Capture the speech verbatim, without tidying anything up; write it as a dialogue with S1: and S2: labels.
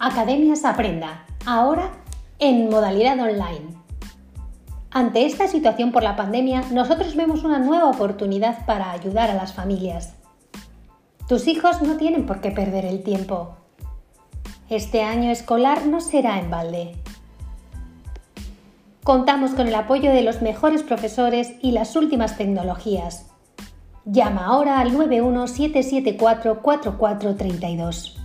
S1: Academias Aprenda, ahora en modalidad online. Ante esta situación por la pandemia, nosotros vemos una nueva oportunidad para ayudar a las familias. Tus hijos no tienen por qué perder el tiempo. Este año escolar no será en balde. Contamos con el apoyo de los mejores profesores y las últimas tecnologías. Llama ahora al nueve uno siete siete cuatro cuatro cuatro tres dos.